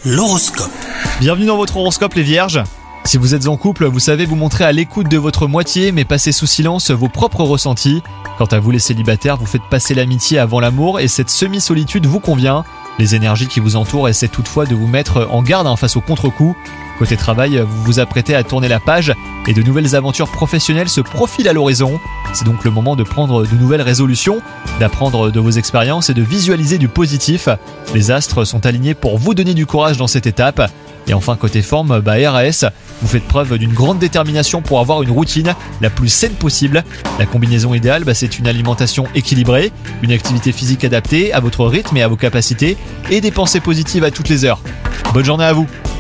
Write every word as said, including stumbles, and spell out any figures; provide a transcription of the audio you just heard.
L'horoscope. Bienvenue dans votre horoscope les vierges. Si vous êtes en couple, vous savez vous montrer à l'écoute de votre moitié mais passer sous silence vos propres ressentis. Quant à vous les célibataires, vous faites passer l'amitié avant l'amour et cette semi-solitude vous convient. Les énergies qui vous entourent essaient toutefois de vous mettre en garde hein, face au contre-coup. Côté travail, vous vous apprêtez à tourner la page et de nouvelles aventures professionnelles se profilent à l'horizon. C'est donc le moment de prendre de nouvelles résolutions, d'apprendre de vos expériences et de visualiser du positif. Les astres sont alignés pour vous donner du courage dans cette étape. Et enfin, côté forme, bah R A S, vous faites preuve d'une grande détermination pour avoir une routine la plus saine possible. La combinaison idéale, bah, c'est une alimentation équilibrée, une activité physique adaptée à votre rythme et à vos capacités, et des pensées positives à toutes les heures. Bonne journée à vous!